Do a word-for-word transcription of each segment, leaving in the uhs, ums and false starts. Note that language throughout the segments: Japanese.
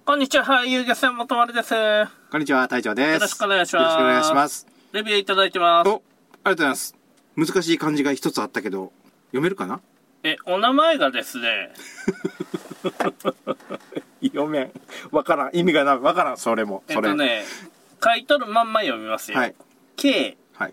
こんにちは、はい、遊漁船元丸です。よこんにちは、隊長です。 ろしくお願いします。 よろしくお願いします。 レビューいただいてます。 お、ありがとうございます。難しい漢字が一つあったけど、読めるかな？ え、お名前がですね。 読めん。わからん。意味がない。わからん、それも。それ。 えっとね、書いとるまんま読みますよ。はい。K、 はい、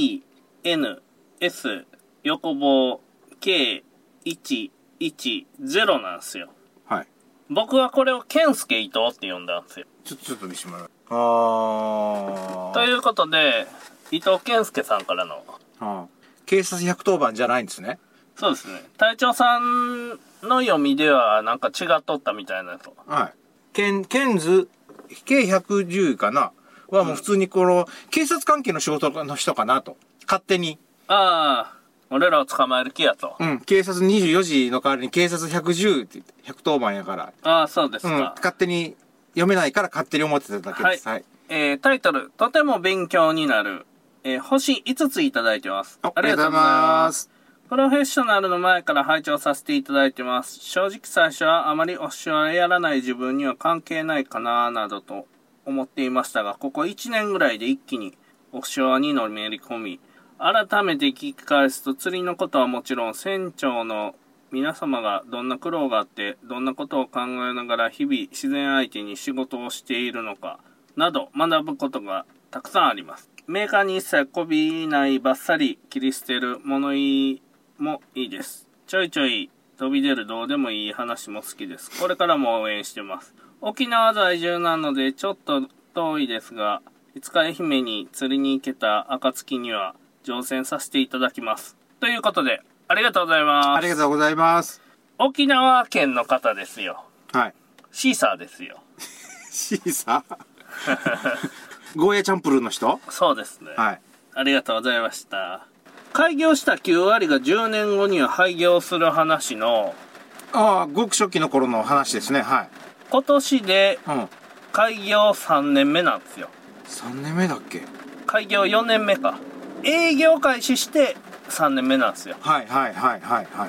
E、N、S、横棒、K、いち、いち、ゼロなんですよ。 はい。 僕はこれを健介伊藤って呼んだんですよ。 ちょっと、ちょっと見せてもらう。あー。 ということで、伊藤健介さんからの。 あ警察ひゃくとおばんじゃないんですね。 そうですね。隊長さんの読みではなんか違っとったみたいなと。 はい。ケン、ケンズ、ケーひゃくじゅうかなはもう普通にこの、警察関係の仕事の人かなと。勝手に。 ああ、俺らを捕まえる気やと。 うん。警察にじゅうよじの代わりに警察ひゃくじゅうって言って、ひゃくとおばんやから。 ああ、そうですか、 うん。勝手に読めないから勝手に思ってただけです。はい。はい、 えー、タイトル、とても勉強になる。えー、星いつついただいてます。 ありがとうございます。 プロフェッショナルの前から拝聴させていただいてます。正直最初はあまりお仕はやらない自分には関係ないかななどと思っていましたが、ここいちねんぐらいで一気にオフショアにのめり込み、改めて聞き返すと釣りのことはもちろん船長の皆様がどんな苦労があって、どんなことを考えながら日々自然相手に仕事をしているのか、など学ぶことがたくさんあります。メーカーに一切こびないバッサリ切り捨てる物言いもいいです。ちょいちょい飛び出るどうでもいい話も好きです。これからも応援してます。沖縄在住なのでちょっと遠いですが、いつか愛媛に釣りに行けた暁には乗船させていただきます。ということで、ありがとうございます。 ありがとうございます。 沖縄県の方ですよ。 はい。 シーサーですよ。 シーサーゴーヤチャンプルーの人？ そうですね。 はい。 ありがとうございました。開業したきゅう割がじゅうねんごには廃業する話の、 ああ、ごく初期の頃の話ですね。はい。 今年で開業さんねんめなんですよ。 さんねんめだっけ？ 開業よねんめか。営業開始してさんねんめなんですよ。 はいはいはいはいはい。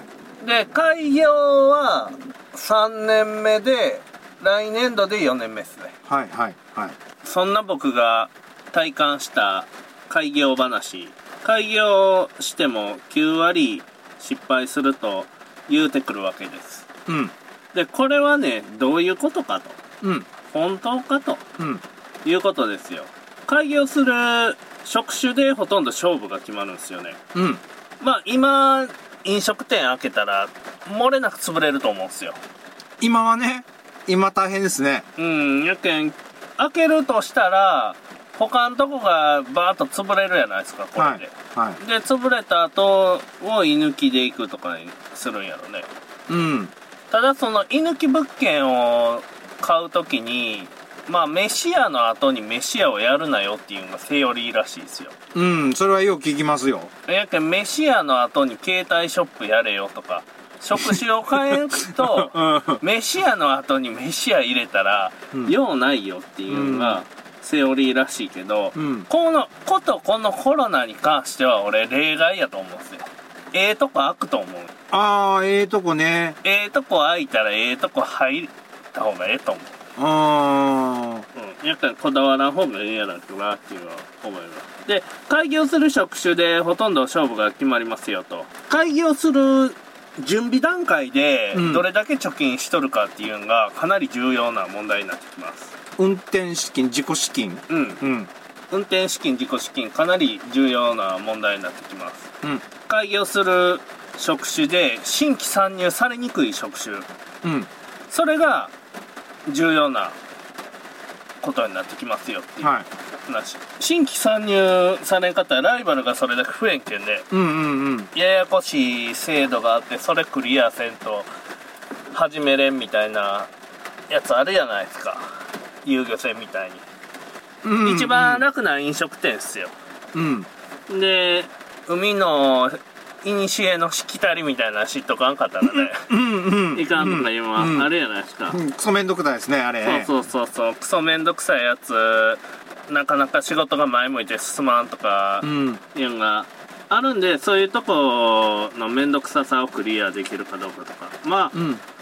で、開業はさんねんめで、来年度でよねんめですね。 はいはいはい。 そんな僕が体感した開業話。開業してもきゅう割失敗すると言うてくるわけです。 うん。 で、これはね、どういうことかと。 うん。 本当かと。 うん。 いうことですよ。開業する職種でほとんど勝負が決まるんですよね。 うん。 まあ今、飲食店開けたら漏れなく潰れると思うんですよ。 今はね、今大変ですね。 うん、やけん、開けるとしたら、他のとこがバーッと潰れるやないですか、これで。 はい。はい、 で、潰れた後を居抜きで行くとかにするんやろね。 うん。 ただその居抜き物件を買うときに、まあ飯屋の後に飯屋をやるなよっていうのがセオリーらしいですよ。 うん、それはよく聞きますよ。 やけん飯屋の後に携帯ショップやれよとか、食事を買えんと、飯屋の後に飯屋入れたら、うん、用ないよっていうのがセオリーらしいけど、うん、このことこのコロナに関しては俺例外やと思うんですよ。ええとこ開くと思う。 ああ、ええとこね。 ええとこ開いたらええとこ入った方がええと思う。 ああ。 うん。やっぱりこだわらん方がええやなくなっていうのは思います。で、開業する職種でほとんど勝負が決まりますよと。開業する準備段階でどれだけ貯金しとるかっていうのがかなり重要な問題になってきます。 運転資金、自己資金。 うん。うん。運転資金、自己資金、かなり重要な問題になってきます。うん。開業する職種で新規参入されにくい職種。うん。それが重要なことになってきますよっていう話。はい、新規参入されんかったらライバルがそれだけ増えんけんで、うんうんうん、ややこしい制度があってそれクリアせんと始めれんみたいなやつあるやないですか、遊漁船みたいに、うんうんうん、一番楽な飲食店っすよ、うん、で海のいにしえのしきたりみたいな知っとかんかったらね、うんうん、いかんとか今、うん、あれやないですか、うん、 クソめんどくさいですねあれ。 そうそうそうそうクソめんどくさいやつ、なかなか仕事が前向いて進まんとかいうのがあるんで、そういうとこのめんどくささをクリアできるかどうかとか、まあ、うん、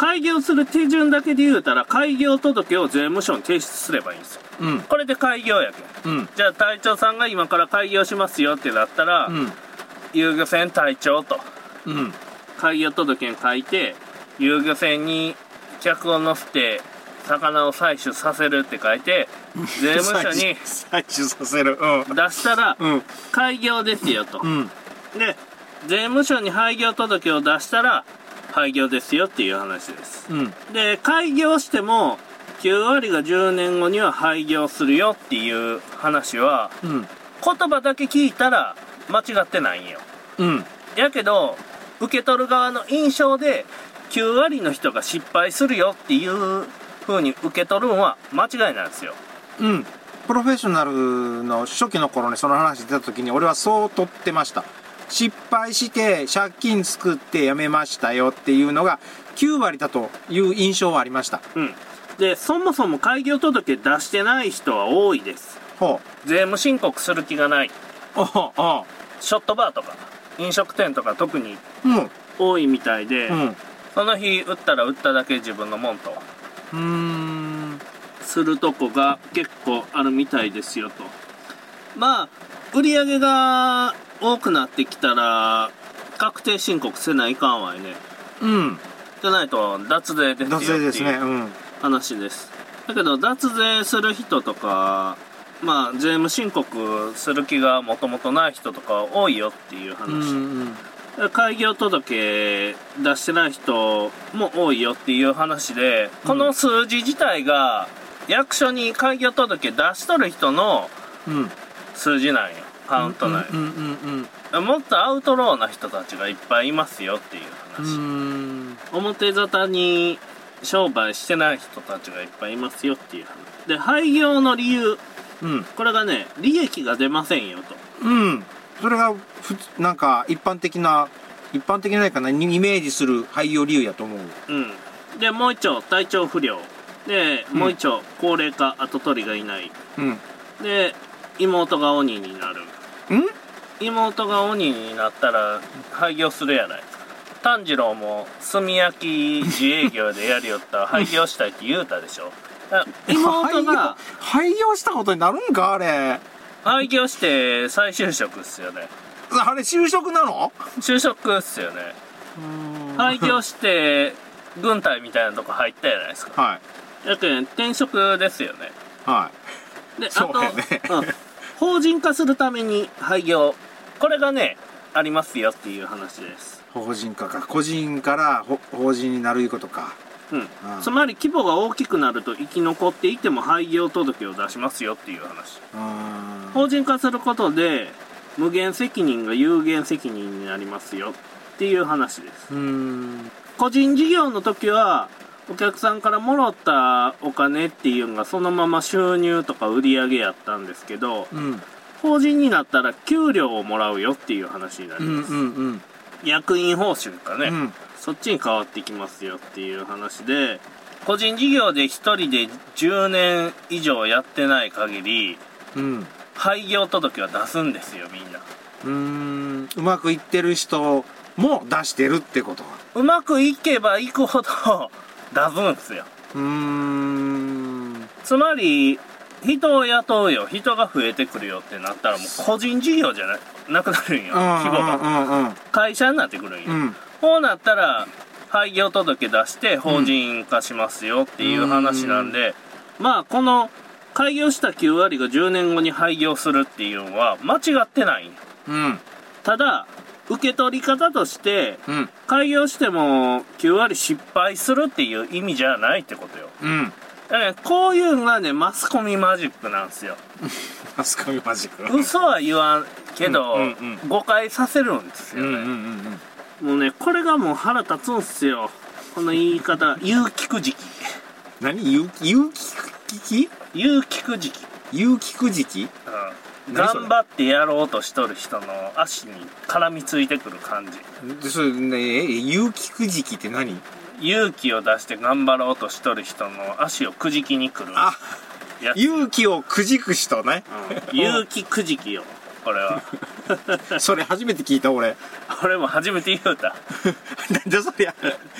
開業する手順だけで言うたら、開業届を税務署に提出すればいいんですよ。 うん。 これで開業やけん。 うん。 じゃあ隊長さんが今から開業しますよってなったら、 うん。 遊漁船隊長とうん。 開業届に書いて、遊漁船に客を乗せて魚を採取させるって書いて、税務署に採取させる。うん。 出したら、 うん。 開業ですよと。 うん。 で、税務署に廃業届を出したら、廃業ですよっていう話です。 うん。 で、開業しても、きゅう割がじゅうねんごには廃業するよっていう話は、 うん。 言葉だけ聞いたら間違ってないんよ。 うん。 やけど、受け取る側の印象で、きゅう割の人が失敗するよっていう風に受け取るんは間違いなんですよ。 うん。プロフェッショナルの初期の頃にその話出た時に俺はそう取ってました。失敗して借金作って辞めましたよっていうのがきゅう割だという印象はありました。 うん。で、そもそも開業届出してない人は多いです。 ほ税務申告する気がない。 う。ああ、あショットバーとか、飲食店とか特にうん。 多いみたいで、 うん。 その日売ったら売っただけ自分のもんとうーん。 するとこが結構あるみたいですよと。まあ、売り上げが多くなってきたら、確定申告せないかんわいね。 うん。 じゃないと脱税ですよって脱税ですね。 いううん。 話です。だけど脱税する人とか、まあ税務申告する気がもともとない人とか多いよっていう話。 うんうん。 開業届出してない人も多いよっていう話で、この数字自体が役所に開業届出しとる人のうん。 数字なんよ。カウントなんよ。 うんうんうんもっとアウトローな人たちがいっぱいいますよっていううん。う話。 ーん。 表沙汰に商売してない人たちがいっぱいいますよっていう話。で、廃業の理由。 うん。 これがね、利益が出ませんよと。 うん。それがふつなんか一般的な一般的ないかなにイメージする廃業理由やと思う。 うん。で、もう一丁、体調不良。で、もう一丁、高齢化、跡取りがいない。 うん。 で、妹が鬼になる。 ん？ 妹が鬼になったら廃業するやないですか。炭治郎も炭焼き自営業でやりよったら廃業したいって言うたでしょ。だから妹が廃業廃業したことになるんかあれ。 廃業して再就職っすよね。 あれ就職なの？ 就職っすよね。廃業して軍隊みたいなとこ入ったやないですか。 はいやけん転職ですよね。 はい。 で、あそうと、 やねうん、法人化するために廃業。これがね、ありますよっていう話です。 法人化か個人からほ法人になるいうことか。 うん。 うんつまり規模が大きくなると生き残っていても廃業届を出しますよっていう話。 あー法人化することで無限責任が有限責任になりますよっていう話です。 うーん。 個人事業の時はお客さんからもらったお金っていうのがそのまま収入とか売り上げやったんですけど、 うん。 法人になったら給料をもらうよっていう話になりうんます。 うんうん。 役員報酬かね、 うん。 そっちに変わってきますよっていう話で、個人事業で一人でじゅうねん以上やってない限りうん。 廃業届は出すんですよみんな。 うーん。うまくいってる人も出してるってこと。 うまくいけばいくほど出すんですよ。 うーん。 つまり人を雇うよ、人が増えてくるよってなったらもう個人事業じゃななくなるんよ、規模が。 うんうん会社になってくるんよ。 うん。 こうなったら廃業届出して法人化しますよっていう話なんで、まあこの開業したきゅう割がじゅうねんごに廃業するっていうのは間違ってないんよ。 うん。 ただ受け取り方としてうん。 開業してもきゅう割失敗するっていう意味じゃないってことよ。 うん。 だからこういうのがねマスコミマジックなんですよ。 マスコミマジック。 嘘は言わんけど、 うんうんうん誤解させるんですよね、 うんうんうんもうねこれがもう腹立つんすよこの言い方。有機くじき何有機有機機有機くじき、 有機くじきうん、 何それ頑張ってやろうとしとる人の足に絡みついてくる感じ。 でそれねえ有機くじきって何？ 勇気を出して頑張ろうとしとる人の足をくじきに来るあ、 やつ、 勇気をくじく人ね。 うん、勇気くじきよこれはそれ初めて聞いた俺。 俺も初めて言うた。 なんだそりゃ。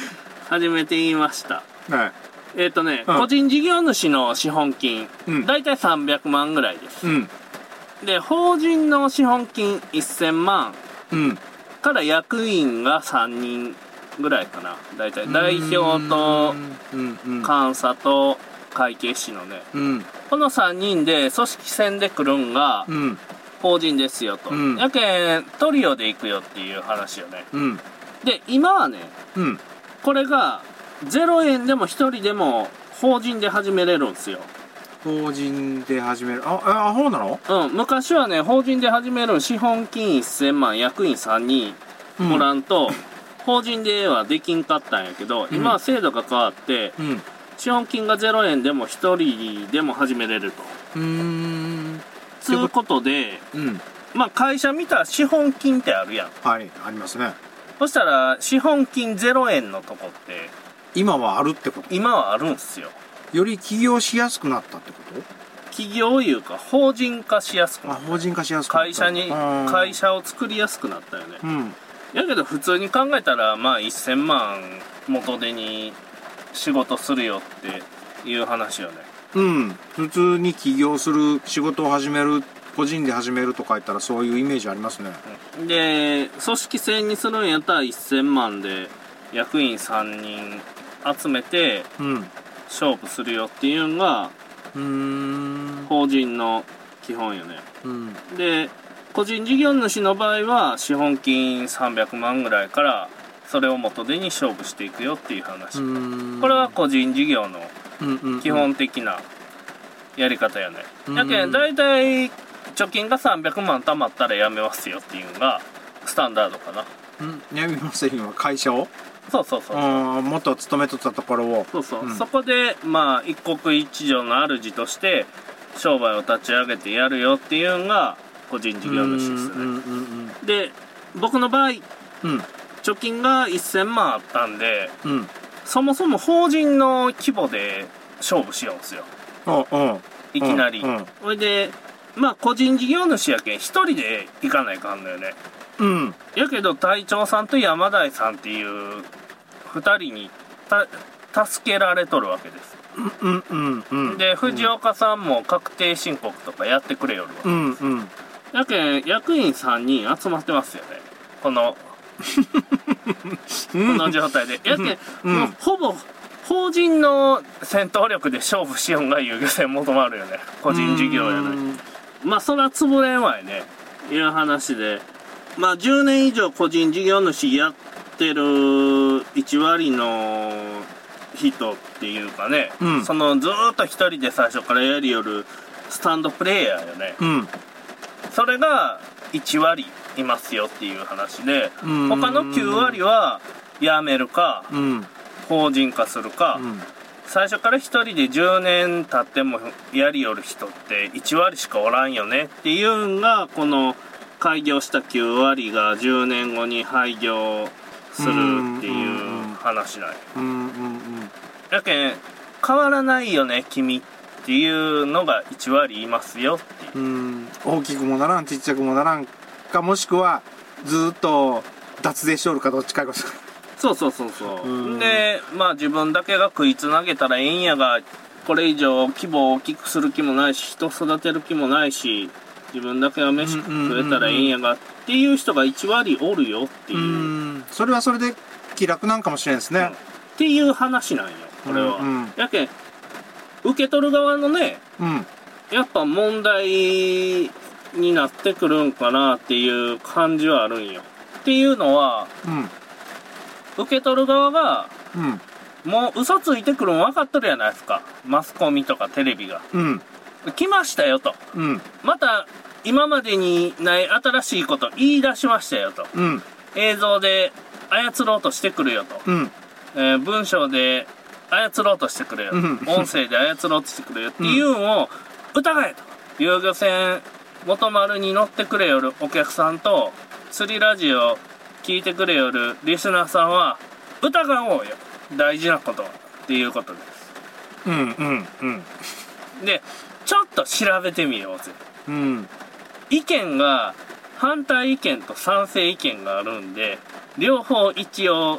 初めて言いました。 はいえっとね、 うん個人事業主の資本金、 うんだいたいさんびゃくまんぐらいです。 うんで、法人の資本金せんまんうんから役員がさんにんぐらいかな。だいたい代表とうんうん監査と会計士のね、 うんこのさんにんで組織戦で来るんがうん法人ですよと。 うんやけん、トリオで行くよっていう話よね。 うんで、今はね、 うんこれがゼロえんでもひとりでも法人で始めれるんですよ。 法人で始めるあああそうなのうん、昔はね、法人で始める資本金せんまん、役員さんにんおらんと、法人ではできんかったんやけど、 うん今は制度が変わって、 うん資本金がゼロえんでもひとりでも始めれると。 うーんつうことで、 うんまあ会社見たら資本金ってあるやん。 はいありますねそしたら、資本金ゼロえんのとこって、 今はあるってこと今はあるんすよ。 より起業しやすくなったってこと企業いうか、法人化しやすくなあった。 法人化しやすくなった会社に、 あー会社を作りやすくなったよね。 うんやけど普通に考えたら、まあせんまん元手に仕事するよっていう話よね。 うん普通に起業する仕事を始める個人で始めるとか言ったらそういうイメージありますねで、組織戦にするんやったらせんまんで役員さんにん集めてうん勝負するよっていうのがうーん法人の基本よね。 うんで、個人事業主の場合は資本金さんびゃくまんぐらいからそれを元手に勝負していくよっていう話。これは個人事業の基本的なやり方やね。やけん、だいたい貯金がさんびゃくまん貯まったらやめますよっていうのがスタンダードかな。 うんやめませんよ会社をそうそうそう。 あ元勤めとったところをそうそう。 うんそこで、まあ、一国一城の主として商売を立ち上げてやるよっていうのが個人事業主ですね。 うんうんうんで、僕の場合、 うん貯金がせんまんあったんで、 うんそもそも法人の規模で勝負しようんですよ。 おおいきなり。 うんうんそれで、まあ個人事業主やけん一人で行かないかんのよね。 うんやけど隊長さんと山田さんっていう二人にた助けられとるわけです。 うんうんうんで、藤岡さんも確定申告とかやってくれよるわ。 うんうんやけん役員さんにん集まってますよね。この、この状態で。やけん、 うんもうほぼ法人の戦闘力で勝負しようが遊漁船求まるよね。個人事業やのに。まあそら潰れんわいね。いう話で。まあじゅうねん以上個人事業主やってるいちわりの人っていうかね、 うん、 そのずーっと一人で最初からやりよるスタンドプレイヤーよね。 うん、 それがいちわりいますよっていう話で、 うん、 他のきゅうわりは辞めるか、 うん、 法人化するか、うん、最初から一人でじゅうねん経ってもやりよる人っていちわりしかおらんよねっていうのが、この開業したきゅうわりがじゅうねんごに廃業するっていう話なんや。 うんうんうん、 やけん変わらないよね君っていうのがいちわりいますよっていう。 うん、大きくもならんちっちゃくもならんか、もしくはずっと脱税しおるか、どっちかこそ。 そうそうそうそう、 うん、 でまあ自分だけが食いつなげたらええんやが、これ以上規模を大きくする気もないし、人育てる気もないし、自分だけは飯食えたらええんやがっていう人がいちわりおるよっていう、うん、 それはそれで気楽なんかもしれんですね、うん、 っていう話なんよこれは、うんうん、やけん受け取る側のね、うん、やっぱ問題になってくるんかなっていう感じはあるんよ。っていうのは、うん、受け取る側が、うん、もう嘘ついてくるん分かっとるやないですか、マスコミとかテレビが、うん、来ましたよと、うん、また今までにない新しいこと言い出しましたよと、うん、映像で操ろうとしてくるよと、うん、えー、文章で操ろうとしてくれよ、うん、音声で操ろうとしてくれよっていうのを疑えと、遊漁船元丸に乗ってくれよるお客さんと釣りラジオ聞いてくれよるリスナーさんは疑おうよ、大事なことはっていうことです。うんうんうん。でちょっと調べてみようぜ、うん、意見が反対意見と賛成意見があるんで、両方一応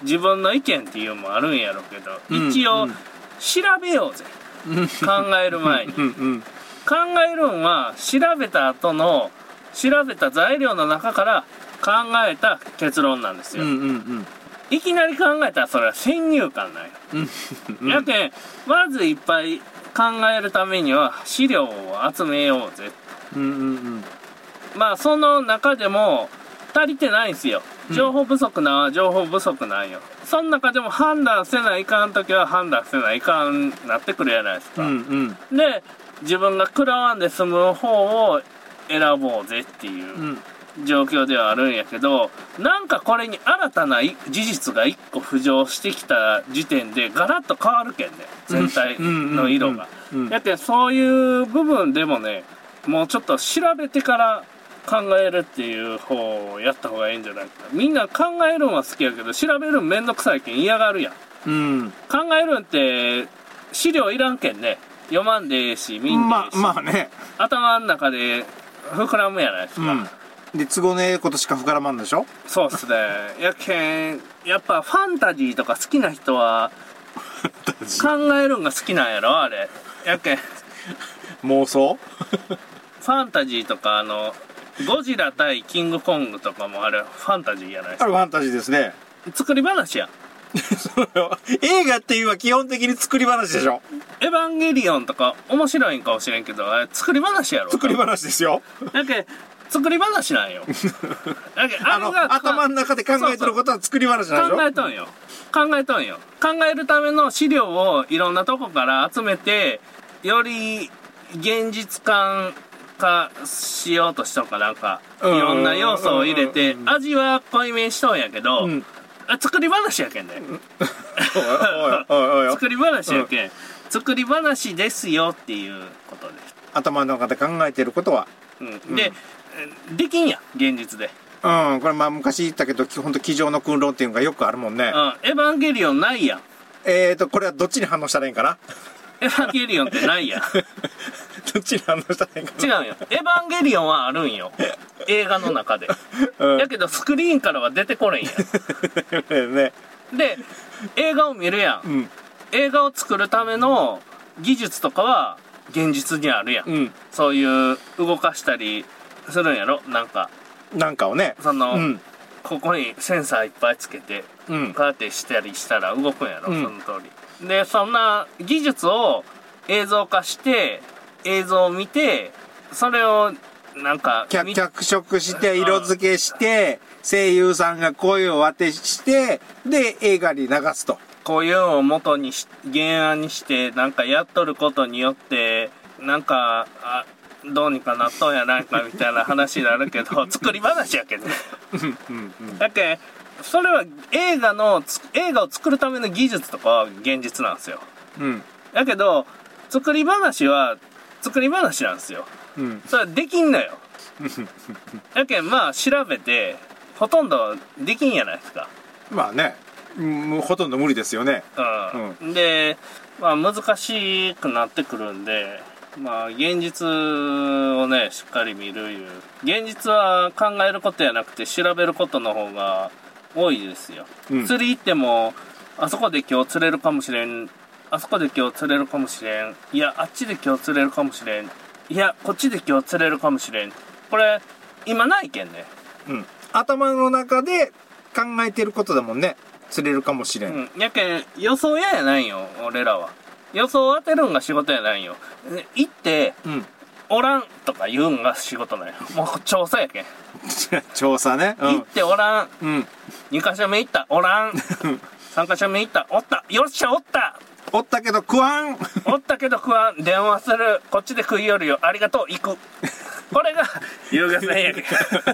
自分の意見っていうのもあるんやろうけど、 うん一応、 うん調べようぜ。考える前に。 うんうん考えるんは、調べた後の、調べた材料の中から考えた結論なんですよ。 うんうんいきなり考えたらそれは先入観なんよ。 うんやけん、まずいっぱい考えるためには資料を集めようぜ。 うんうんうんまあその中でも足りてないんすよ。情報不足なのは情報不足なんよ。その中でも判断せないかんときは判断せないかんなってくるやないですか。 うんうんで、自分が食らわんで済む方を選ぼうぜっていううん状況ではあるんやけど、なんかこれに新たない事実が一個浮上してきた時点でガラッと変わるけんね。全体の色が。 うんうんうんうんやけんそういう部分でもね、もうちょっと調べてから考えるっていう方をやった方がいいんじゃないかな。みんな考えるんは好きやけど、調べるんめんどくさいけん嫌がるやん。 うん考えるんって資料いらんけんね。読まんでええし、見んでえまえし。 まあね頭の中で膨らむやないですか。 うんで都合のええことしか膨らまんでしょそうっすね。やけん、やっぱファンタジーとか好きな人は考えるんが好きなんやろ、あれ。やけん、 妄想ファンタジーとかあの、ゴジラ対キングコングとかもあれファンタジーやないですか。 あれファンタジーですね作り話やん。 そうよ映画っていうのは基本的に作り話でしょエヴァンゲリオンとか面白いんかもしれんけど、あれ作り話やろ。 作り話ですよやけん、作り話なんよ。やけん、ああのれが頭の中で考えてることは作り話なんでしょ考えとんよ。考えとんよ。考えるための資料をいろんなとこから集めて、より現実感化しようとしとんかなんか、いうんろんな要素を入れてう、ん味は濃いめにしとんやけど、 うんあ作り話やけんね。 おいおいおいおい作り話やけん、作り話ですよっていうことです。 頭の中で考えてることはうん、で、できんやん、現実で。 うんこれまあ昔言ったけど本当机上の訓論っていうのがよくあるもんねうん、エヴァンゲリオンないやん。 えーとこれはどっちに反応したらいいんかなエヴァンゲリオンってないやん。 どっちに反応したらいいんか違うんよ。エヴァンゲリオンはあるんよ。映画の中で。 なやけどスクリーンからは出てこれんやうんねん。で、映画を見るやん。 うん映画を作るための技術とかは現実にあるやん。 うんそういう動かしたりするんやろなんか、 なんかをねその、 うんここにセンサーいっぱいつけて、 うんこうやってしたりしたら動くんやろ、 うんその通り。で、そんな技術を映像化して、映像を見て、それをなんか脚見脚色して色付けして声優さんが声を当てしてで映画に流すとこういうのを元にし原案にしてなんかやっとることによってなんかあどうにかなっとんやないかみたいな話になるけど作り話やけどね。 うんうんだけそれは映画のつ映画を作るための技術とかは現実なんですよ。 うんだけど作り話は作り話なんですよ。 うんそれはできんのよ。だけんまあ調べてほとんどできんやないですか。 まあねもうほとんど無理ですよねうん、で、まあ、難しくなってくるんで、まあ、現実をねしっかり見るいう現実は考えることやなくて調べることの方が多いですよ、 うん釣り行ってもあそこで今日釣れるかもしれんあそこで今日釣れるかもしれんいやあっちで今日釣れるかもしれんいやこっちで今日釣れるかもしれんこれ今ないけんね。 うん頭の中で考えてることだもんね釣れるかもしれん、 うん、やけん予想ややないよ俺らは。予想を当てるんが仕事やないよ。で行ってうんおらんとか言うんが仕事なんよ。もう調査やけん、 調査ね行っておらんうんに箇所目行ったおらんさん箇所目行ったおったよっしゃおったおったけど食わんおったけど食わん電話するこっちで食いよるよありがとう行くこれが優雅戦やけん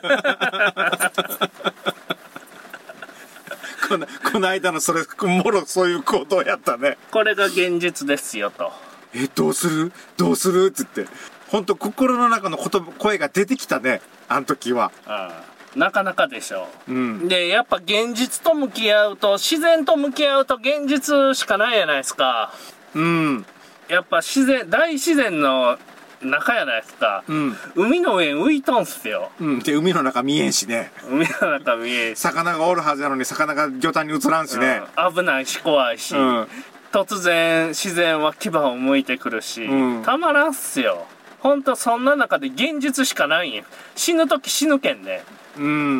このこの間のそれもろそういう行動やったねこれが現実ですよと。 えどうするどうするって言って本当心の中の言葉声が出てきたねあの時はうん、なかなかでしょう、 うん、 でやっぱ現実と向き合うと自然と向き合うと現実しかないじゃないですか。 うんやっぱ自然大自然の中やないですか。 うん。 海の上浮いとんすよ。 うん。で、海の中見えんしね。 海の中見えんし。 魚がおるはずなのに魚が魚探に映らんしね。 うん、危ないし怖いし、うん、突然自然は牙を向いてくるし、うん、たまらんっすよ。ほんとそんな中で現実しかないんよ。死ぬ時死ぬけんね。 うん。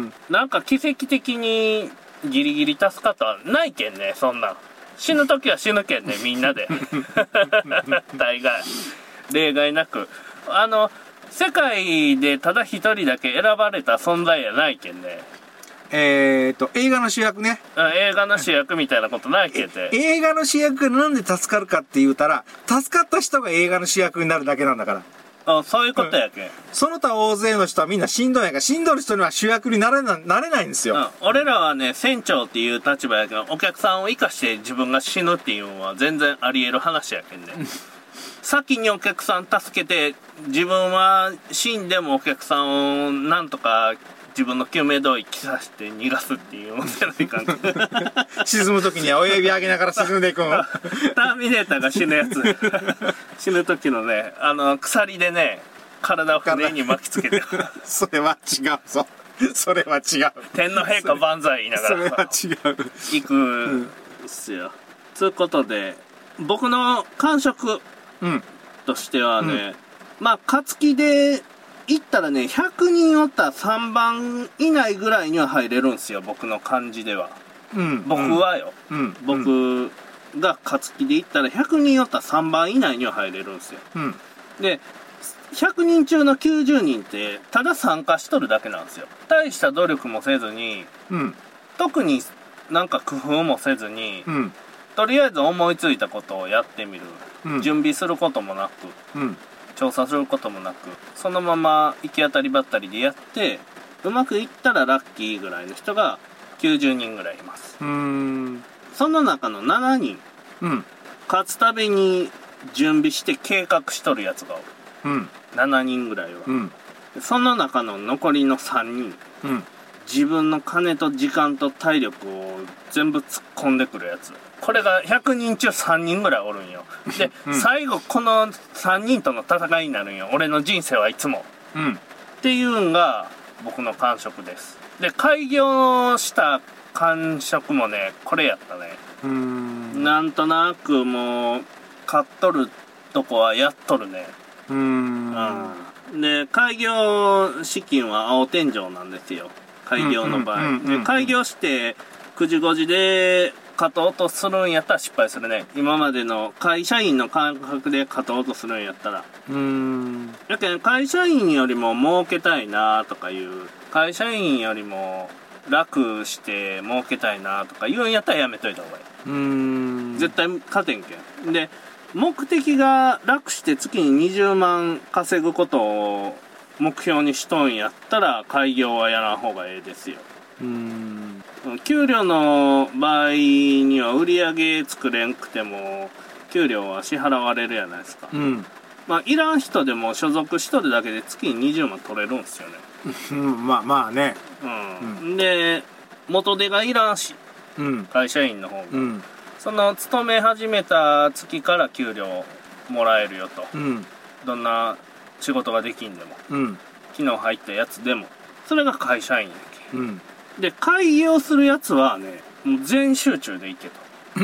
なんか奇跡的にギリギリ助かったはないけんね、そんな。死ぬ時は死ぬけんね、みんなで。大概。例外なく。あの、世界でただ一人だけ選ばれた存在やないけんね。 えーと、映画の主役ね。 うん、映画の主役みたいなことないけんね。 映画の主役がなんで助かるかって言うたら、助かった人が映画の主役になるだけなんだから。 あ、そういうことやけん、うん、 その他大勢の人はみんなしんどいやから、しんどい人には主役になれな、なれないんですよ、 うん、俺らはね船長っていう立場やけど、お客さんを生かして自分が死ぬっていうのは全然あり得る話やけんね先にお客さん助けて、自分は死んでもお客さんをなんとか自分の救命胴衣着させて逃がすっていうのじゃないかん沈む時には親指上げながら沈んでいくのターミネーターが死ぬやつ死ぬ時のね、あの鎖でね体を船に巻きつけてそれは違うぞそれは違う。 天皇陛下万歳言いながらそれは違う行くんすよ、うん、つうことで僕の感触としてはね、うん、まあ勝木で行ったらねひゃくにんおったらさんばん以内ぐらいには入れるんすよ、僕の感じでは、うん、僕はよ、うん、僕が勝木で行ったらひゃくにんおったらさんばん以内には入れるんすよ、うん、でひゃくにん中のきゅうじゅうにんってただ参加しとるだけなんですよ。大した努力もせずに、うん、特になんか工夫もせずに、うん、とりあえず思いついたことをやってみる、うん、準備することもなく、うん、調査することもなく、そのまま行き当たりばったりでやってうまくいったらラッキーぐらいの人がきゅうじゅうにんぐらいいます。うーん、その中のしちにん、うん、勝つたびに準備して計画しとるやつがおる、うん、しちにんぐらいは、うん、その中の残りのさんにん、うん、自分の金と時間と体力を全部突っ込んでくるやつ、これがひゃくにん中さんにんぐらいおるんよ。で、うん、最後このさんにんとの戦いになるんよ、俺の人生はいつも、うん、っていうのが僕の感触です。で開業した感触もねこれやったね。うーん、なんとなくもう買っとるとこはやっとるね。うーん、うん、で開業資金は青天井なんですよ、開業の場合。で開業してくじごじで勝とうとするんやったら失敗するね、今までの会社員の感覚で勝とうとするんやったら。うーん、やけん会社員よりも儲けたいなとかいう、会社員よりも楽して儲けたいなとか言うんやったらやめといた方がいい。うーん、絶対勝てんけん。で目的が楽して月ににじゅうまん稼ぐことを目標にしとんやったら開業はやらん方がええですよ。うーん、給料の場合には売り上げ作れんくても給料は支払われるやないですか。うん、まあいらん人でも所属しとるだけで月ににじゅうまん取れるんですよね。 うん、まあまあね。 うん、うん、で元手がいらんし、うん、会社員の方が、うん、その勤め始めた月から給料もらえるよと、うん、どんな仕事ができんでも、うん、昨日入ったやつでもそれが会社員やけ、うん、で開業するやつはねもう全集中でいけと、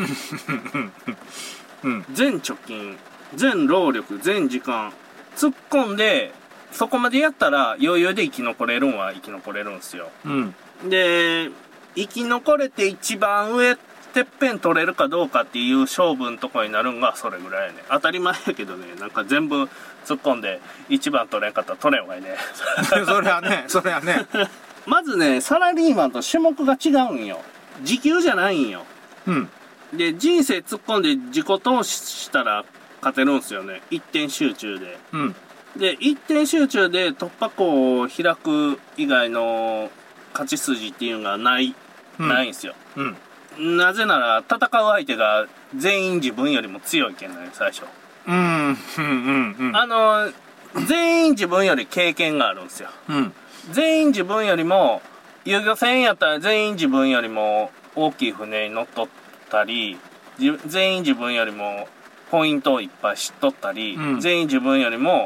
うん、全貯金全労力全時間突っ込んでそこまでやったら余裕で生き残れるんは生き残れるんすよ、うん、で生き残れて一番上てっぺん取れるかどうかっていう勝負のとこになるんがそれぐらいやね。当たり前やけどね、なんか全部突っ込んで一番取れんかったら取れんわいねそれはねそれはねまずねサラリーマンと種目が違うんよ、時給じゃないんよ、うん、で人生突っ込んで自己投資したら勝てるんすよね、一点集中で、うん、で一点集中で突破口を開く以外の勝ち筋っていうのがない、うん、ないんすよ、うん、なぜなら戦う相手が全員自分よりも強いけんね最初、うんうんうんうん、あの全員自分より経験があるんですよ、うん、全員自分よりも遊漁船やったら全員自分よりも大きい船に乗っとったり、全員自分よりもポイントをいっぱい知っとったり、うん、全員自分よりも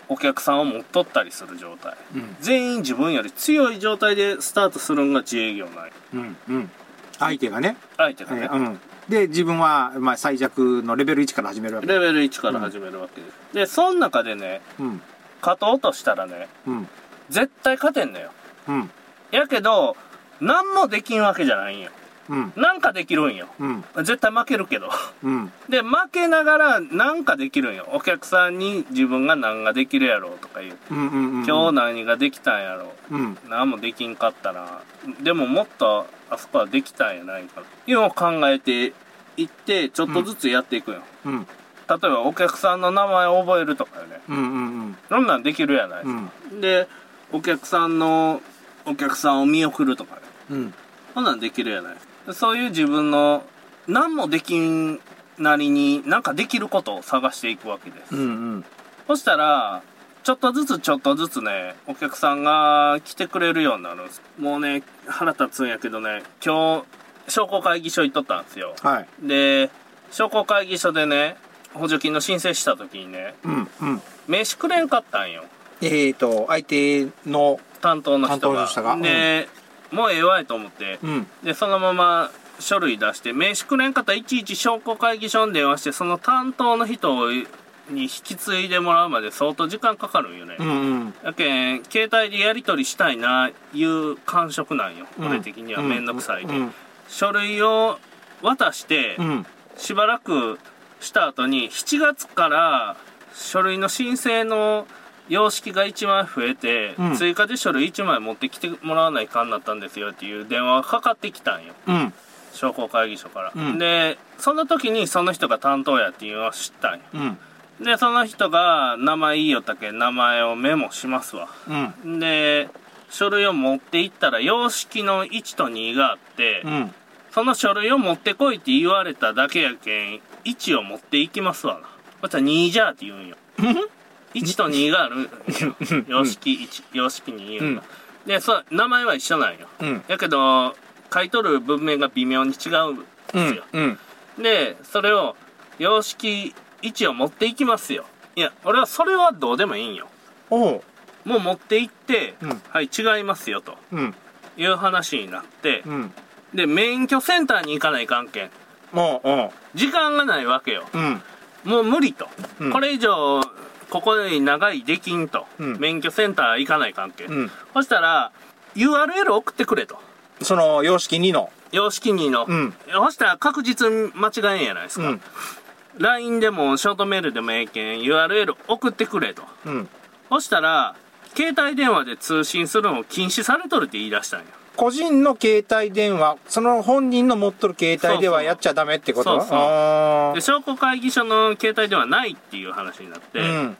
お客さんを持っとったりする状態、 うん、 全員自分より強い状態でスタートするのが自営業なんや。 うんうん相手がね相手がね、 えーうんで自分は、まあ、最弱のレベルいちから始めるわけレベルいちから始めるわけです、うん、でその中でね、 うん、 勝とうとしたらね、うん、絶対勝てんのよ、うん、やけど何もできんわけじゃないんよ、うん、なんかできるんよ、うん、絶対負けるけど、うん、で負けながらなんかできるんよ。お客さんに自分が何ができるやろうとか言う、うんうんうんうん、今日何ができたんやろう、うん、何もできんかったな、でももっとあそこはできたんやないかというのを考えていってちょっとずつやっていくよ、うん、例えばお客さんの名前を覚えるとかよね、うんうんうん、そんなんできるやないですか、うん、でお客さんのお客さんを見送るとかね、うん、そんなんできるやない。そういう自分の何もできんなりになんかできることを探していくわけです、うんうん、そしたらちょっとずつちょっとずつねお客さんが来てくれるようになるんです。もうね腹立つんやけどね、今日商工会議所行っとったんですよ、はい、で商工会議所でね補助金の申請した時にね、うんうん、名刺くれんかったんよ。 えーと相手の担当の人 が, の人がで、うん、もうええわいと思って、うん、でそのまま書類出して名刺くれんかったらいちいち商工会議所に電話してその担当の人に引き継いでもらうまで相当時間かかるんよね、うんうん、だけん携帯でやり取りしたいないう感触なんよ、うん、俺的にはめんどくさいで、うんうん、書類を渡して、うん、しばらくした後にしちがつから書類の申請の様式がいちまい増えて、うん、追加で書類いちまい持ってきてもらわないかんなったんですよっていう電話がかかってきたんよ、うん、商工会議所から、うん、でその時にその人が担当やっていうのを知ったんよ、うん、でその人が名前いいよったけ名前をメモしますわ、うん、で書類を持っていったら様式のいちとにがあって、うん、その書類を持ってこいって言われただけやけんいちを持っていきますわな。こっちはにじゃーって言うんよいちとにがある様式いち様式に言うんだ、うん、でそ名前は一緒なんよ、うん、やけど書いとる文面が微妙に違うんですよ、うんうん、でそれを様式いちを持っていきますよ。いや俺はそれはどうでもいいんよ。おうもう持って行って、うん、はい違いますよと、うん、いう話になって、うん、で免許センターに行かないかんけんもう、うん、時間がないわけよ、うん、もう無理と、うん、これ以上ここで長いできんと、うん、免許センター行かない関係、うん、そしたら ユーアールエル 送ってくれと。 その様式にの様式にの、うん、そしたら確実に間違えんやないですか、うん、ライン でもショートメールでもええけん ユーアールエル 送ってくれと、うん、そしたら携帯電話で通信するのを禁止されとるって言い出したんや。 個人の携帯電話その本人の持っとる携帯ではやっちゃダメってこと？そうそうあで商工会議所の携帯電話ないっていう話になって、うん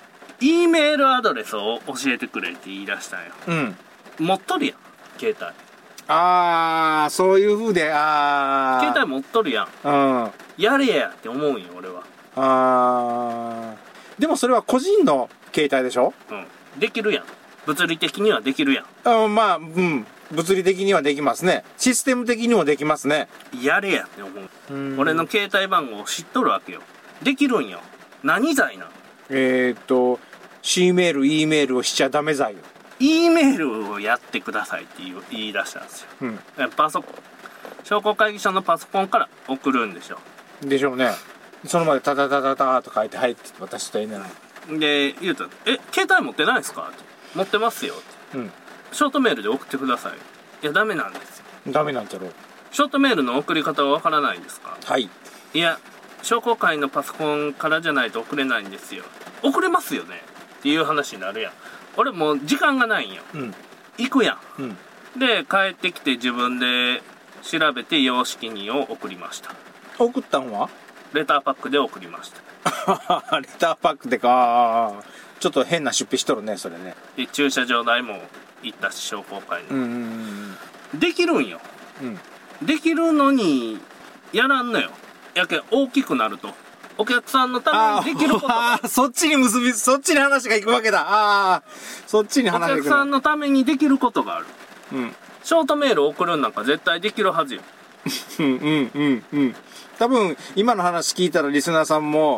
、E メールアドレスを教えてくれって言い出したんよ、うん、持っとるやん携帯。 ああそういう風でああ携帯持っとるやん、うん、やれやって思うんよ俺は。 ああでもそれは個人の携帯でしょ？ うんできるやん物理的にはできるやん。 あまあうん物理的にはできますね。システム的にもできますね。 やれやって思う。うん俺の携帯番号を知っとるわけよ。できるんよ。何罪なん？ えー、っと C メール E メールをしちゃダメ罪よ。 E メールをやってくださいって言い出したんですよ、うん、パソコン商工会議所のパソコンから送るんでしょでしょうね。そのまでタタタタタと書いて入って渡したらいいんじゃない。 で言うと「え携帯持ってないですか?」って「持ってますよ」って、うん、ショートメールで送ってください。いやダメなんですよ。 ダメなんじゃろう。 ショートメールの送り方はわからないんですか？はいいや商工会のパソコンからじゃないと送れないんですよ。送れますよねっていう話になるやん。俺もう時間がないんよ、うん、行くやん、うん、で帰ってきて自分で調べて様式にを送りました。 送ったんはレターパックで送りましたレターパックでかちょっと変な出費しとるねそれね。 で駐車場代も行ったし商工会の、うんうんうん、できるんよ、うん、できるのにやらんのよ。やけん大きくなるとお客さんのためにできることああそっちに結びそっちに話がいくわけだ。ああそっちに話がいく。 お客さんのためにできることがある、うん、ショートメール送るんなんか絶対できるはずようんうんうんうん多分今の話聞いたらリスナーさんも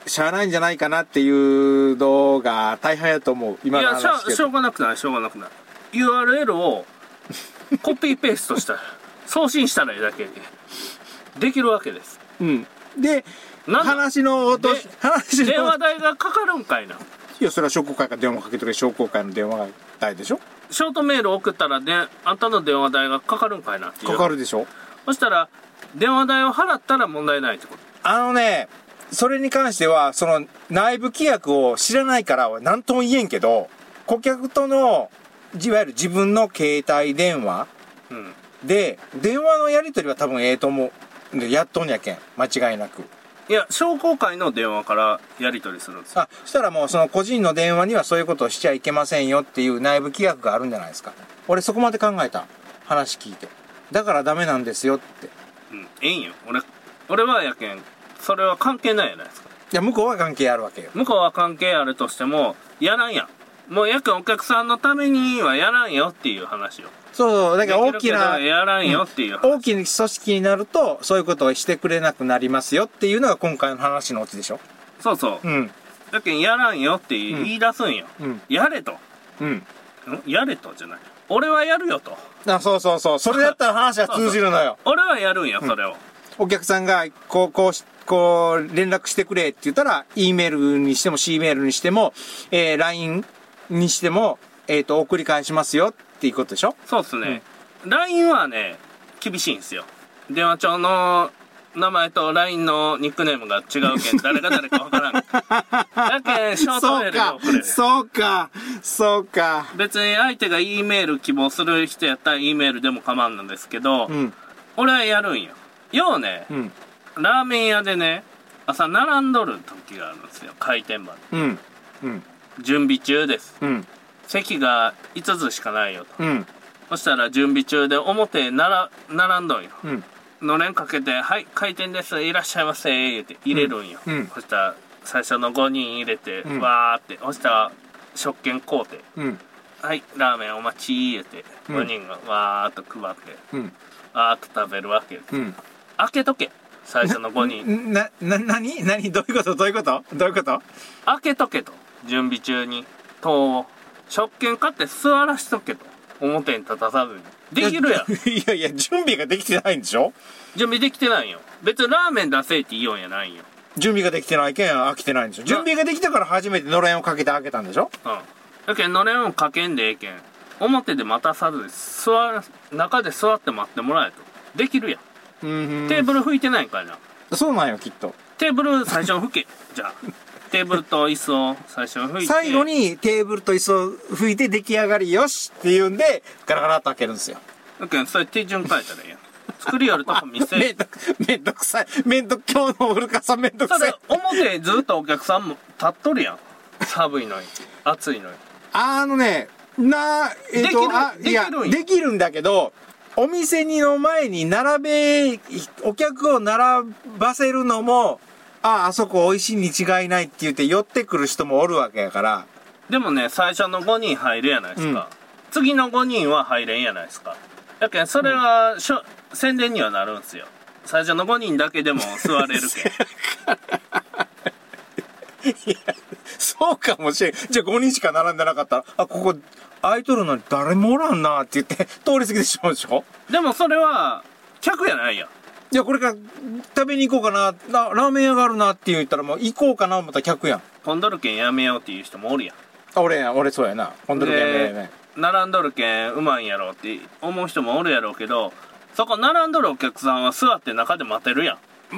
しゃあないんじゃないかなっていうのが大半やと思う。今の話いや、しょしょうがなくない、しょうがなくない。ユーアールエル をコピーペーストしたら、送信したらいいだけで、できるわけです。 うん。で、 なん話の落とし、話の。 電話代がかかるんかいな。 いや、それは商工会から電話かけてくれ、商工会の電話代でしょ。 ショートメール送ったら、ね、あんたの電話代がかかるんかいなっていう。 かかるでしょ。 そしたら、電話代を払ったら問題ないってこと。 あのね、それに関しては、その内部規約を知らないからは何とも言えんけど、顧客との、いわゆる自分の携帯電話で、うん、電話のやり取りは多分ええと思う。で、やっとんやけん。間違いなく。 いや、商工会の電話からやり取りするんですよ。 あ、そしたらもうその個人の電話にはそういうことをしちゃいけませんよっていう内部規約があるんじゃないですか。俺そこまで考えた。話聞いて。だからダメなんですよって。 うん、ええんよ。俺、俺はやけん、それは関係ないじゃないですか。 いや、向こうは関係あるわけよ。 向こうは関係あるとしても、やらんやん。もうやけんお客さんのためにはやらんよっていう話を。 そうそう、だから大きな、 やらんよっていう、 うん、大きな組織になると、そういうことをしてくれなくなりますよっていうのが今回の話のオチでしょ。 そうそう。うん。だけど、やらんよって言い出すんよ。うん。やれと。うん。やれとじゃない。俺はやるよと。 あ、そうそうそう。それだったら話は通じるのよ。 そうそう、俺はやるんよ、それを。 うん、お客さんが、こう、こう、こう、連絡してくれって言ったら、E メールにしても C メールにしても、えー、ライン にしても、えっと、送り返しますよっていうことでしょ。 そうっすね。うん、ライン はね、厳しいんですよ。電話帳の名前と ライン のニックネームが違うけん、誰が誰かわからん。だけん、ショートメールで送れる。 そうか、そうか。 別に相手が E メール希望する人やったら E メールでも構わんなんですけど、うん、俺はやるんよ。要ね、うん、ラーメン屋でね、朝並んどる時があるんですよ、開店まで。うん。うん。準備中です。うん。席がいつつしかないよと。うん。そしたら準備中で表なら並んどんよ。うん。のれんかけて、はい、開店です、いらっしゃいませ、言って入れるんよ。うん。そしたら最初のごにん入れて、うん、わーって、そしたら食券買うて、うん。はい、ラーメンお待ち、言って、ごにんがわーっと配って、うん。わーっと食べるわけです。うん。開けとけ。最初のごにん。 な、な、なになにどういうことどういうことどういうこと開けとけと。準備中に。戸を。食券買って座らしとけと。表に立たさずに。できるやん。 いやいや、準備ができてないんでしょ。 準備できてないよ。別にラーメン出せって言おんやないんよ。 準備ができてないけん開けてないんでしょ。準備ができたから初めてのれんをかけて開けたんでしょ。うん。 だけんのれんをかけんでええけん。表で待たさずに座る、中で座って待ってもらえと。できるやん。うん、テーブル拭いてないんかいな。 そうなんよ、きっと。 テーブル最初に拭け。じゃあ。テーブルと椅子を最初に拭いて。 最後にテーブルと椅子を拭いて出来上がりよしって言うんで、ガラガラっと開けるんですよ。 だけど、それ手順変えたらいいやん。作りやるとこ見せ。 めんどく、めんどくさい。めんどく、今日の古川さんめんどくさい。 それ、表ずっとお客さんも立っとるやん。寒いのに。暑いのに。 あのね、な、えっ、ー、と、あ、いや、できるんだけど、お店にの前に並べ、お客を並ばせるのも、ああ、あそこ美味しいに違いないって言って寄ってくる人もおるわけやから。 でもね、最初のごにん入るやないですか。うん、次のごにんは入れんやないですか。だけど、それはしょ、うん、宣伝にはなるんすよ。最初のごにんだけでも座れるけん。 いや、そうかもしれん。じゃあごにんしか並んでなかったら、あ、ここ空いとるのに誰もおらんなって言って通り過ぎてしまうでしょ。 でもそれは客やないやん。 いや、これから食べに行こうかな、ラ、ラーメン屋があるなって言ったらもう行こうかな思ったら客やん。 混んどるけんやめようっていう人もおるやん。 あ、俺や、俺そうやな。混んどるけんやめようやめ。 並んどるけんうまいんやろって思う人もおるやろうけど、そこ並んどるお客さんは座って中で待てるやん。 うん、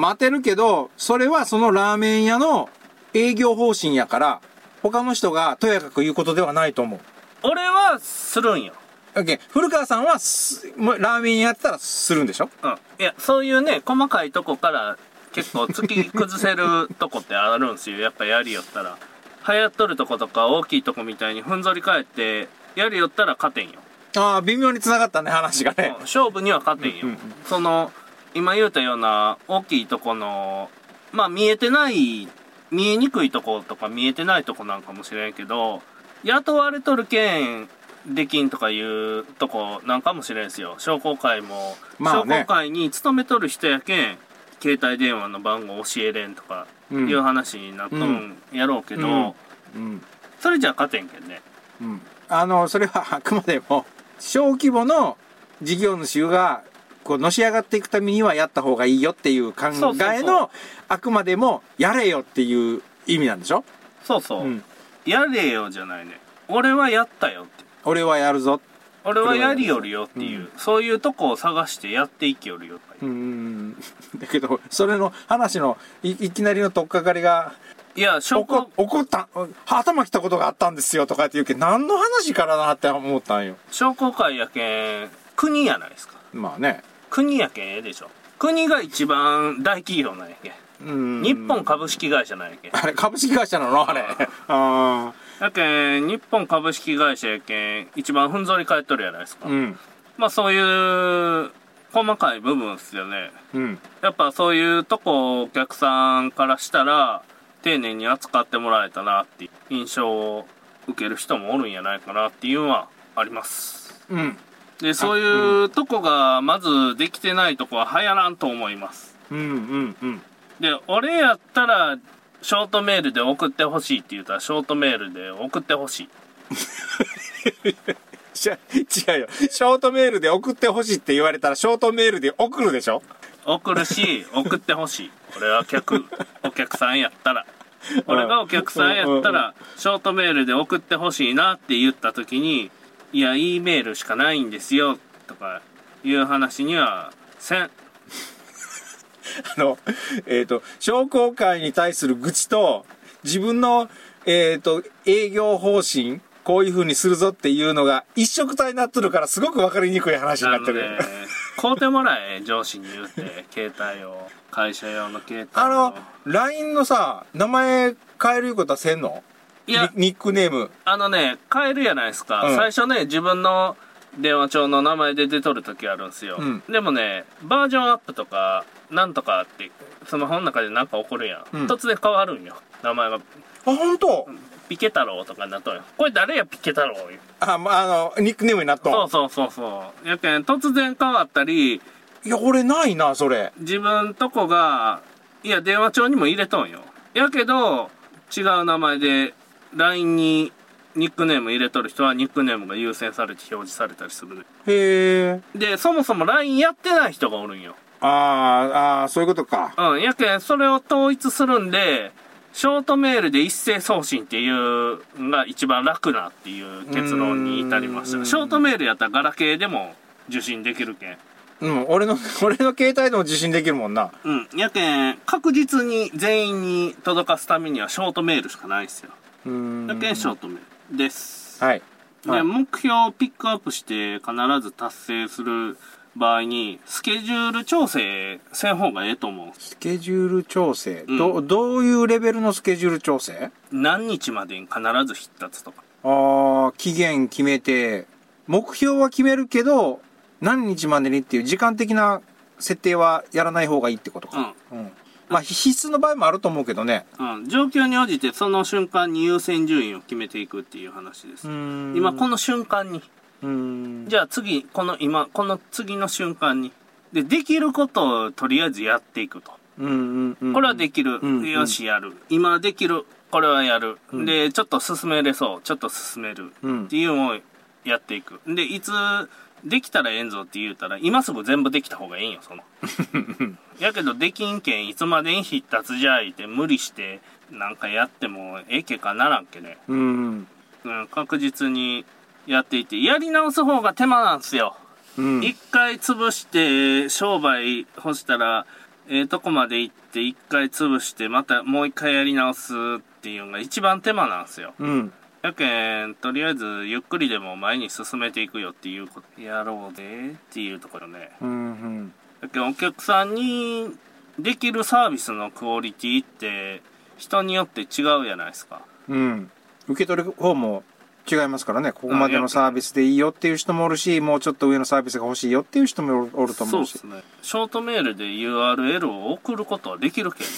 待てるけど、それはそのラーメン屋の営業方針やから、他の人がとやかく言うことではないと思う。 俺はするんよ。 Okay、古川さんはラーメンやったらするんでしょ。 うん。いや、そういうね、細かいとこから結構突き崩せるとこってあるんすよ。やっぱやりよったら。流行っとるとことか大きいとこみたいにふんぞり返ってやりよったら勝てんよ。 ああ、微妙に繋がったね、話がね。 勝負には勝てんよ。うんうんうん、その、今言うたような大きいとこの、まあ見えてない、見えにくいとことか見えてないとこなんかもしれんけど、雇われとるけん、できんとかいうとこなんかもしれんすよ。商工会も、まあね、商工会に勤めとる人やけん携帯電話の番号教えれんとかいう話になっとんやろうけど、 うんうん、 それじゃ勝てんけんね。 うん、あのそれはあくまでも小規模の事業主がこうのし上がっていくためにはやった方がいいよっていう考えの、そうそうそう、あくまでもやれよっていう意味なんでしょ。 そうそう、うん、やれよじゃないね、俺はやったよって、 俺はやるぞ、 俺はやりよるよっていう、うん、そういうとこを探してやっていきよるよ。 うん、だけどそれの話の い, いきなりの取っかかりが、 いや証拠怒った頭きたことがあったんですよとかって言うけど、何の話からなって思ったんよ。 商工会やけん国やないですか。 まあね、 国やけんええでしょ。国が一番大企業なんやけん。うん、日本株式会社なんやけん。 あれ株式会社なのあれ。ああ。やけん日本株式会社やけん一番ふんぞり返っとるやないですか。うん、まあそういう細かい部分ですよね。うん、やっぱそういうとこお客さんからしたら丁寧に扱ってもらえたなっていう印象を受ける人もおるんやないかなっていうのはあります。うん。で、そういうとこがまずできてないとこは流行らんと思います。うんうんうん。で、俺やったらショートメールで送ってほしいって言ったらショートメールで送ってほしい。 違うよ。ショートメールで送ってほしいって言われたらショートメールで送るでしょ。 送るし、送ってほしい。俺は客、お客さんやったら。俺がお客さんやったら、ショートメールで送ってほしいなって言った時に、いや、Eメールしかないんですよ、とかいう話にはせん。あの、えっ、ー、と、商工会に対する愚痴と、自分の、えっ、ー、と、営業方針、こういう風にするぞっていうのが一色体になってるからすごく分かりにくい話になってる。 ね、買うてもらえ、上司に言うて、携帯を、会社用の携帯を。 あの、ライン のさ、名前変えることはせんの？いや、ニックネーム。 あのね、変えるやないですか。うん、最初ね、自分の電話帳の名前で出とる時あるんですよ。うん、でもね、バージョンアップとか、なんとかって、スマホの中でなんか起こるやん。うん、突然変わるんよ、名前が。あ、 ほんと？ ピケ太郎とかになっとんよ。これ誰や、ピケ太郎？ あ、まあ、あの、ニックネームになっとん。 そうそうそうそう。やけん、突然変わったり、 いや、俺ないな、それ。 自分とこが、いや、電話帳にも入れとんよ。やけど、違う名前で、ライン にニックネーム入れとる人は、ニックネームが優先されて表示されたりする。 へー。 で、そもそも ライン やってない人がおるんよ。 あー、あー、そういうことか。 うん、やけん、それを統一するんで、ショートメールで一斉送信っていうのが一番楽なっていう結論に至りました。ショートメールやったらガラケーでも受信できるけん。 うん、俺の、俺の携帯でも受信できるもんな。 うん。やけん、確実に全員に届かすためにはショートメールしかないですよ。うん。やけん、ショートメールです。 はい。 で、はい、目標をピックアップして必ず達成する場合に、スケジュール調整せん方がええと思う。 スケジュール調整、うん、ど、どういうレベルのスケジュール調整？ 何日までに必ず必達とか。 ああ、期限決めて、目標は決めるけど、何日までにっていう時間的な設定はやらない方がいいってことか。うん。うん、まあ必須の場合もあると思うけどね。 うん。状況に応じてその瞬間に優先順位を決めていくっていう話です。今この瞬間に。うんじゃあ次、この今、この次の瞬間に。で、できることをとりあえずやっていくと。うんうんうん、これはできる。うんうん、よし、やる。今できる。これはやる。うん、で、ちょっと進めれそう。ちょっと進める。うん、っていうのをやっていく。で、いつできたらええんぞって言うたら、今すぐ全部できた方がええんよ、その。やけど、できんけん、いつまでに必達じゃいて、無理して、なんかやっても、ええけかならんけね。うん、うん。確実にやっていて、やり直す方が手間なんすよ。うん、一回潰して、商売干したら、ええとこまで行って、一回潰して、またもう一回やり直すっていうのが一番手間なんすよ。うん。やけん、とりあえず、ゆっくりでも前に進めていくよっていうこと、やろうでっていうところね。うんうん。やけん、お客さんにできるサービスのクオリティって、人によって違うじゃないですか。 うん。受け取る方も違いますからね。ここまでのサービスでいいよっていう人もおるし、もうちょっと上のサービスが欲しいよっていう人もおると思うし。 そうですね。ショートメールで ユーアールエル を送ることはできるけんね。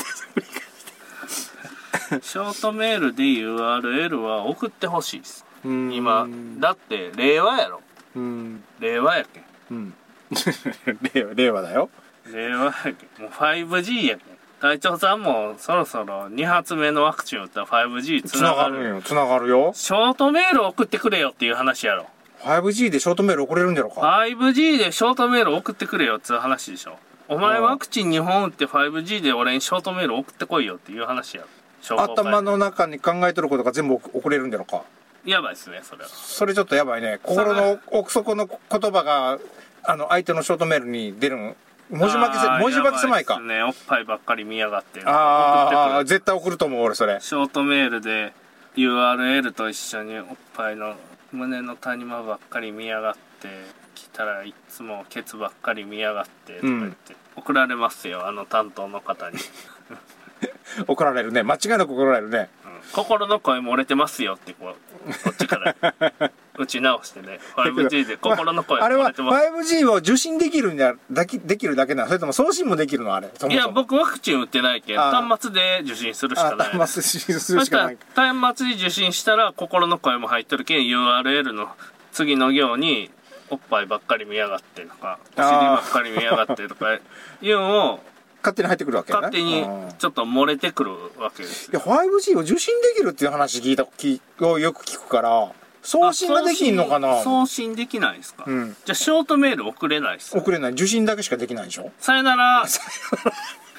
ショートメールで ユーアールエル は送ってほしいです。今、だって令和やろ。うん、令和やけん。うん、 令和、令和だよ。 令和やけん。もう ファイブジー やけん。 隊長さんもそろそろに発目のワクチン打ったら ファイブジー つつながるながる。 よ。つながるよ。 ショートメール送ってくれよっていう話やろ。 ファイブジー でショートメール送れるんだろうか。 ファイブジー でショートメール送ってくれよっていう話でしょ。お前ワクチンにほん打って ファイブジー で俺にショートメール送ってこいよっていう話やろ。商工会頭の中に考えとることが全部送れるんだろうか。 やばいっすね、それは。 それちょっとやばいね。心の奥底の言葉が、あの、相手のショートメールに出るの。文字巻きせ、文字巻き狭いか。 やばいっすね、おっぱいばっかり見やがって。 ああ、絶対送ると思う、俺、それ。 ショートメールで ユーアールエル と一緒におっぱいの胸の谷間ばっかり見やがって来たらいつもケツばっかり見やがってとか言って、うん、送られますよ、あの担当の方に。 怒られるね。間違いなく怒られるね。 うん、心の声漏れてますよってこうこっちから打ち直してね。ファイブジー で心の声漏れてます。 あれは ファイブジー を受信できるんだだけできるだけなの？それとも送信もできるのあれ？そもそもいや僕ワクチン打ってないけど端末で受信するしかない。 端末で受信するしかない。 端末で受信したら心の声も入ってるけん ユーアールエル の次の行におっぱいばっかり見やがってとかお尻ばっかり見やがってとかいうのを勝手に入ってくるわけね。 勝手にちょっと漏れてくるわけです。 いや ファイブジー を受信できるっていう話聞いた聞をよく聞くから送信ができんのかな。 送信できないですか、 うん、 じゃあショートメール送れないっす、 送れない。受信だけしかできないでしょ。 さよなら